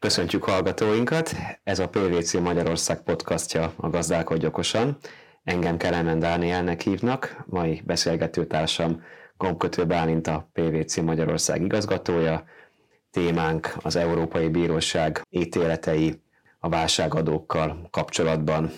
Köszöntjük hallgatóinkat! Ez a PVC Magyarország podcastja, a Gazdálkodj okosan. Engem Kelemen Dánielnek hívnak, mai beszélgetőtársam Gombkötő Bálint, a PVC Magyarország igazgatója. Témánk az Európai Bíróság ítéletei a válságadókkal kapcsolatban.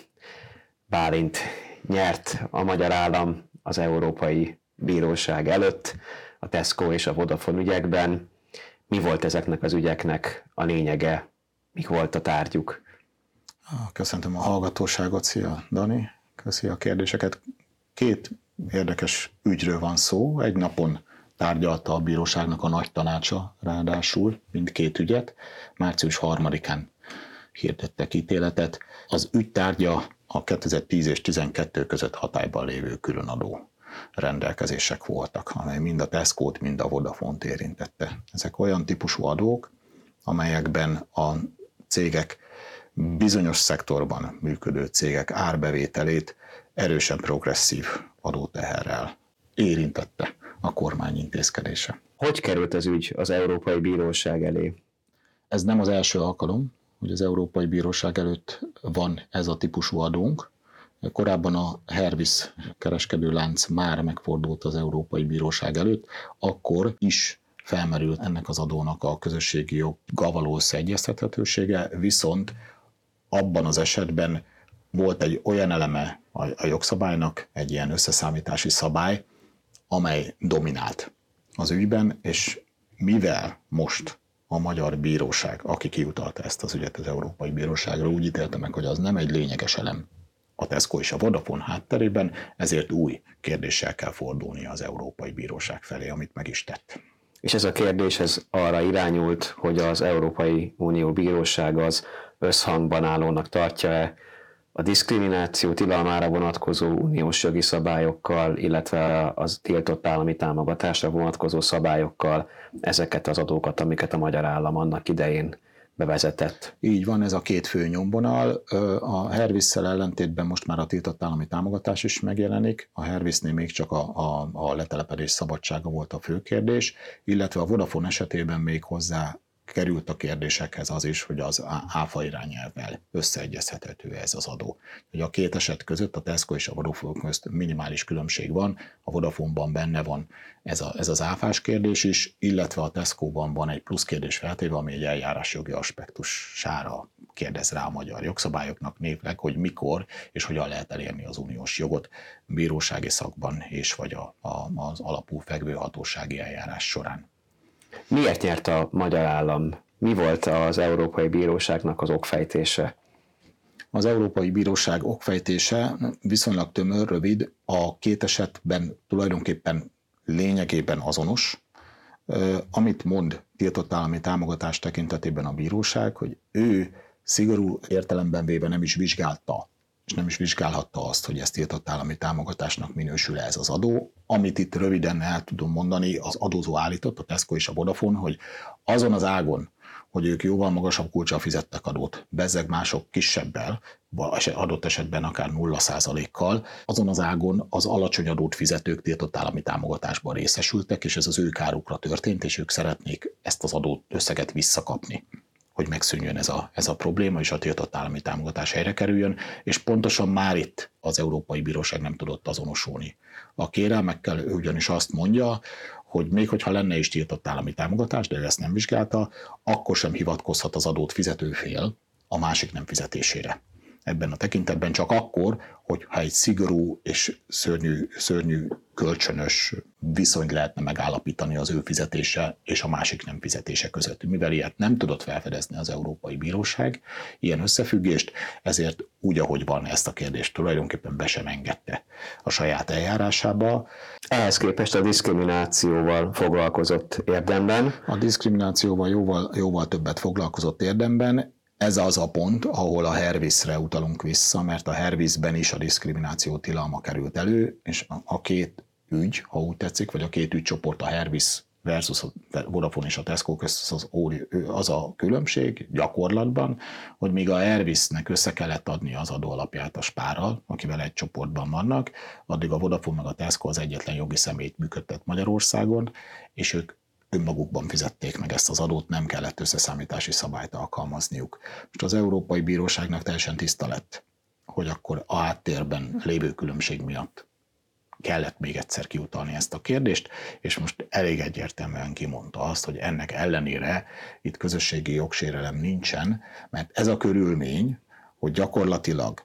Bálint, nyert a magyar állam az Európai Bíróság előtt a Tesco és a Vodafone ügyekben. Mi volt ezeknek az ügyeknek a lényege? Mik volt a tárgyuk? Köszöntöm a hallgatóságot. Szia, Dani. Köszi a kérdéseket. Két érdekes ügyről van szó. Egy napon tárgyalta a bíróságnak a nagy tanácsa, ráadásul mindkét ügyet. Március 3-án hirdettek ítéletet. Az ügy tárgya a 2010 és 2012 között hatályban lévő különadó rendelkezések voltak, amely mind a Tesco-t, mind a Vodafone-t érintette. Ezek olyan típusú adók, amelyekben a cégek, bizonyos szektorban működő cégek árbevételét erősen progresszív adóteherrel érintette a kormány intézkedése. Hogy került az ügy az Európai Bíróság elé? Ez nem az első alkalom, hogy az Európai Bíróság előtt van ez a típusú adónk. Korábban a Hervis kereskedőlánc már megfordult az Európai Bíróság előtt, akkor is felmerült ennek az adónak a közösségi joggal való összeegyeztethetősége, viszont abban az esetben volt egy olyan eleme a jogszabálynak, egy ilyen összeszámítási szabály, amely dominált az ügyben, és mivel most a magyar bíróság, aki kiutalta ezt az ügyet az Európai Bíróságra, úgy ítélte meg, hogy az nem egy lényeges elem a Tesco és a Vodafone hátterében, ezért új kérdéssel kell fordulni az Európai Bíróság felé, amit meg is tett. És ez a kérdés ez arra irányult, hogy az Európai Unió Bíróság az összhangban állónak tartja-e a diszkrimináció tilalmára vonatkozó uniós jogi szabályokkal, illetve az tiltott állami támogatásra vonatkozó szabályokkal ezeket az adókat, amiket a magyar állam annak idején bevezetett. Így van, ez a két fő nyomvonal. A Hervisszel ellentétben most már a tiltott állami támogatás is megjelenik. A Hervisnél még csak a letelepedés szabadsága volt a fő kérdés, illetve a Vodafone esetében még hozzá került a kérdésekhez az is, hogy az áfa irányelvvel összeegyeztethető ez az adó. Hogy a két eset között, a Tesco és a Vodafone közt minimális különbség van, a Vodafone-ban benne van ez az áfás kérdés is, illetve a Tesco-ban van egy plusz kérdés feltéve, ami egy eljárásjogi aspektusára kérdez rá a magyar jogszabályoknak névleg, hogy mikor és hogyan lehet elérni az uniós jogot bírósági szakban és vagy az alapú fekvő hatósági eljárás során. Miért nyert a magyar állam? Mi volt az Európai Bíróságnak az okfejtése? Az Európai Bíróság okfejtése viszonylag tömör, rövid, a két esetben tulajdonképpen lényegében azonos. Amit mond tiltott állami támogatás tekintetében a bíróság, hogy ő szigorú értelemben véve nem is vizsgálta, és nem is vizsgálhatta azt, hogy ez tiltott állami támogatásnak minősül ez az adó. Amit itt röviden el tudom mondani, az adózó állított, a Tesco és a Vodafone, hogy azon az ágon, hogy ők jóval magasabb kulccsal fizettek adót, bezzeg mások kisebbel, adott esetben akár 0%-kal, azon az ágon az alacsony adót fizetők tiltott állami támogatásban részesültek, és ez az ő kárukra történt, és ők szeretnék ezt az adót összeget visszakapni, hogy megszűnjön ez a probléma, és a tiltott állami támogatás helyre kerüljön, és pontosan már itt az Európai Bíróság nem tudott azonosulni a kérelmekkel, ő ugyanis azt mondja, hogy még hogyha lenne is tiltott állami támogatás, de ő ezt nem vizsgálta, akkor sem hivatkozhat az adót fizető fél a másik nem fizetésére. Ebben a tekintetben csak akkor, hogyha egy szigorú és szörnyű kölcsönös viszonyt lehetne megállapítani az ő fizetése és a másik nem fizetése között. Mivel ilyet nem tudott felfedezni az Európai Bíróság, ilyen összefüggést, ezért úgy, ahogy van, ezt a kérdést tulajdonképpen be sem engedte a saját eljárásába. Ehhez képest a diszkriminációval foglalkozott érdemben. A diszkriminációval jóval többet foglalkozott érdemben. Ez az a pont, ahol a Hervisre utalunk vissza, mert a Hervisben is a diszkrimináció tilalma került elő, és a két ügy, ha úgy tetszik, vagy a két ügycsoport, a Hervis versus a Vodafone és a Tesco közt az a különbség gyakorlatban, hogy míg a Hervisnek össze kellett adni az adóalapját a Spárral, akivel egy csoportban vannak, addig a Vodafone meg a Tesco az egyetlen jogi személyt működtet Magyarországon, és ők önmagukban fizették meg ezt az adót, nem kellett összeszámítási szabályt alkalmazniuk. Most az Európai Bíróságnak teljesen tiszta lett, hogy akkor a háttérben lévő különbség miatt kellett még egyszer kiutalni ezt a kérdést, és most elég egyértelműen kimondta azt, hogy ennek ellenére itt közösségi jogsérelem nincsen, mert ez a körülmény, hogy gyakorlatilag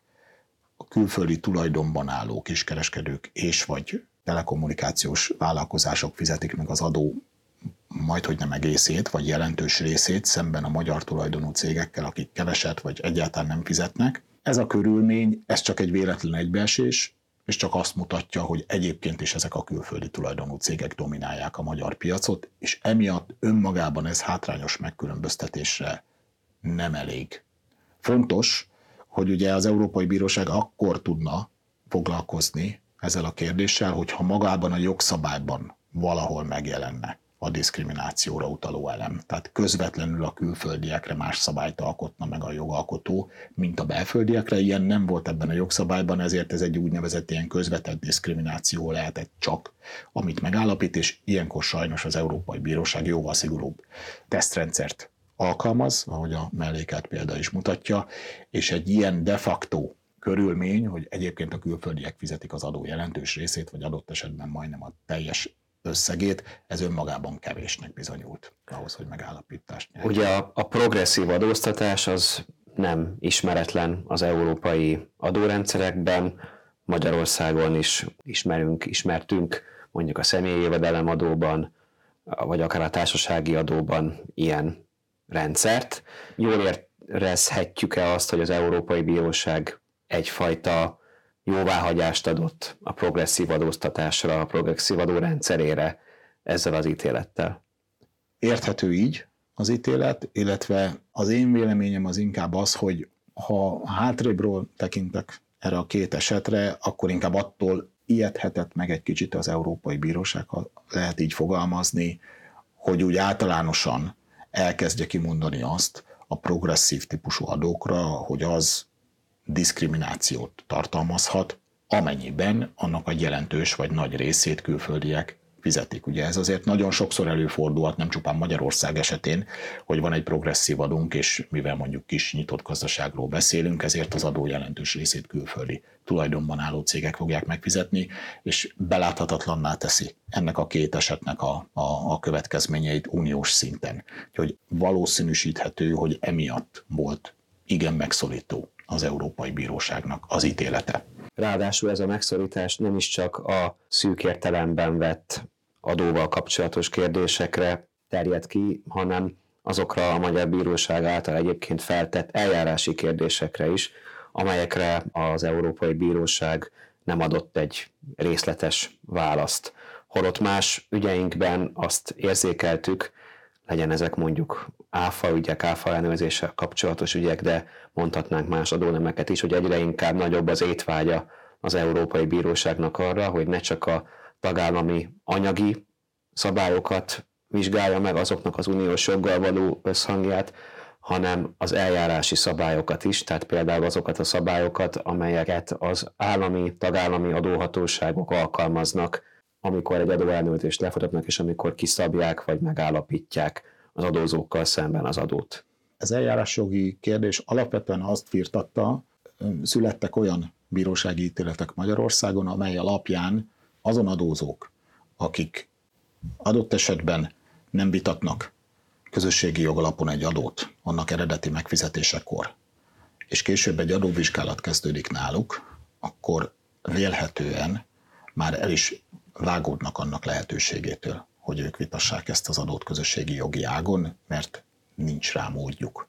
a külföldi tulajdonban álló kiskereskedők és vagy telekommunikációs vállalkozások fizetik meg az adó majdhogy nem egészét, vagy jelentős részét szemben a magyar tulajdonú cégekkel, akik keveset vagy egyáltalán nem fizetnek. Ez a körülmény, ez csak egy véletlen egybeesés, és csak azt mutatja, hogy egyébként is ezek a külföldi tulajdonú cégek dominálják a magyar piacot, és emiatt önmagában ez hátrányos megkülönböztetésre nem elég. Fontos, hogy ugye az Európai Bíróság akkor tudna foglalkozni ezzel a kérdéssel, hogyha magában a jogszabályban valahol megjelenne a diszkriminációra utaló elem. Tehát közvetlenül a külföldiekre más szabályt alkotna meg a jogalkotó, mint a belföldiekre. Ilyen nem volt ebben a jogszabályban, ezért ez egy úgynevezett ilyen közvetett diszkrimináció lehetett csak, amit megállapít, és ilyenkor sajnos az Európai Bíróság jóval szigorúbb tesztrendszert alkalmaz, ahogy a mellékelt példa is mutatja, és egy ilyen de facto körülmény, hogy egyébként a külföldiek fizetik az adó jelentős részét, vagy adott esetben majdnem a teljes összegét, ez önmagában kevésnek bizonyult ahhoz, hogy megállapítást nyerjen. Ugye a progresszív adóztatás az nem ismeretlen az európai adórendszerekben. Magyarországon is ismertünk mondjuk a személyi jövedelemadóban, vagy akár a társasági adóban ilyen rendszert. Jól érezhetjük-e azt, hogy az Európai Bíróság egyfajta jóváhagyást adott a progresszív adóztatásra, a progresszív adórendszerére ezzel az ítélettel? Érthető így az ítélet, illetve az én véleményem az inkább az, hogy ha hátrébről tekintek erre a két esetre, akkor inkább attól ijedhetett meg egy kicsit az Európai Bíróság, ha lehet így fogalmazni, hogy úgy általánosan elkezdje kimondani azt a progresszív típusú adókra, hogy az diszkriminációt tartalmazhat, amennyiben annak a jelentős vagy nagy részét külföldiek fizetik. Ugye ez azért nagyon sokszor előfordulhat, nem csupán Magyarország esetén, hogy van egy progresszív adónk, és mivel mondjuk kis nyitott gazdaságról beszélünk, ezért az adó jelentős részét külföldi tulajdonban álló cégek fogják megfizetni, és beláthatatlanná teszi ennek a két esetnek a következményeit uniós szinten. Úgyhogy valószínűsíthető, hogy emiatt volt igen megszorító az Európai Bíróságnak az ítélete. Ráadásul ez a megszorítás nem is csak a szűk értelemben vett adóval kapcsolatos kérdésekre terjed ki, hanem azokra a Magyar Bíróság által egyébként feltett eljárási kérdésekre is, amelyekre az Európai Bíróság nem adott egy részletes választ. Holott más ügyeinkben azt érzékeltük, legyen ezek mondjuk áfa ügyek, áfa ellenőrzéssel kapcsolatos ügyek, de mondhatnánk más adónemeket is, hogy egyre inkább nagyobb az étvágya az Európai Bíróságnak arra, hogy ne csak a tagállami anyagi szabályokat vizsgálja meg, azoknak az uniós joggal való összhangját, hanem az eljárási szabályokat is, tehát például azokat a szabályokat, amelyeket az tagállami adóhatóságok alkalmaznak, amikor egy adóellenőrzést lefolytatnak, és amikor kiszabják vagy megállapítják az adózókkal szemben az adót. Az eljárásjogi kérdés alapvetően azt firtatta, születtek olyan bírósági ítéletek Magyarországon, amely alapján azon adózók, akik adott esetben nem vitatnak közösségi jogalapon egy adót annak eredeti megfizetésekor, és később egy adóvizsgálat kezdődik náluk, akkor vélhetően már el is vágódnak annak lehetőségétől, hogy ők vitassák ezt az adót közösségi jogi ágon, mert nincs rá módjuk,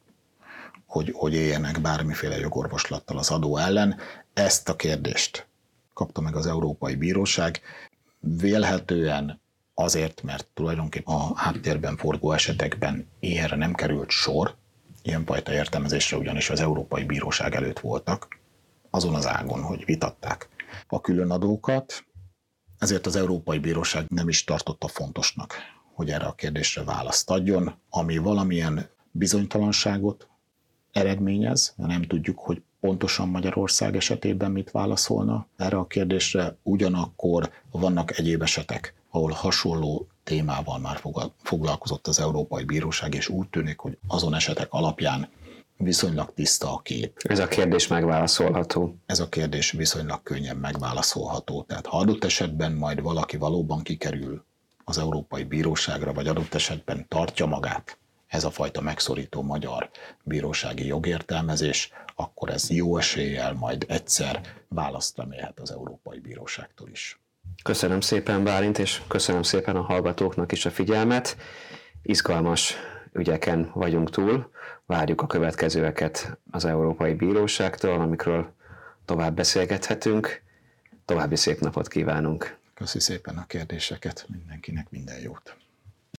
hogy éljenek bármiféle jogorvoslattal az adó ellen. Ezt a kérdést kapta meg az Európai Bíróság, vélhetően azért, mert tulajdonképpen a háttérben forgó esetekben ilyenre nem került sor, ilyenfajta értelmezésre ugyanis az Európai Bíróság előtt voltak, azon az ágon, hogy vitatták a különadókat, ezért az Európai Bíróság nem is tartotta fontosnak, hogy erre a kérdésre választ adjon, ami valamilyen bizonytalanságot eredményez, nem tudjuk, hogy pontosan Magyarország esetében mit válaszolna erre a kérdésre, ugyanakkor vannak egyéb esetek ahol hasonló témával már foglalkozott az Európai Bíróság, és úgy tűnik, hogy azon esetek alapján viszonylag tiszta a kép. Ez a kérdés megválaszolható. Ez a kérdés viszonylag könnyen megválaszolható. Tehát ha adott esetben majd valaki valóban kikerül az Európai Bíróságra, vagy adott esetben tartja magát ez a fajta megszorító magyar bírósági jogértelmezés, akkor ez jó eséllyel majd egyszer választ remélhet az Európai Bíróságtól is. Köszönöm szépen, Bálint, és köszönöm szépen a hallgatóknak is a figyelmet. Izgalmas ügyeken vagyunk túl, várjuk a következőeket az Európai Bíróságtól, amikről tovább beszélgethetünk. További szép napot kívánunk! Köszi szépen a kérdéseket, mindenkinek minden jót!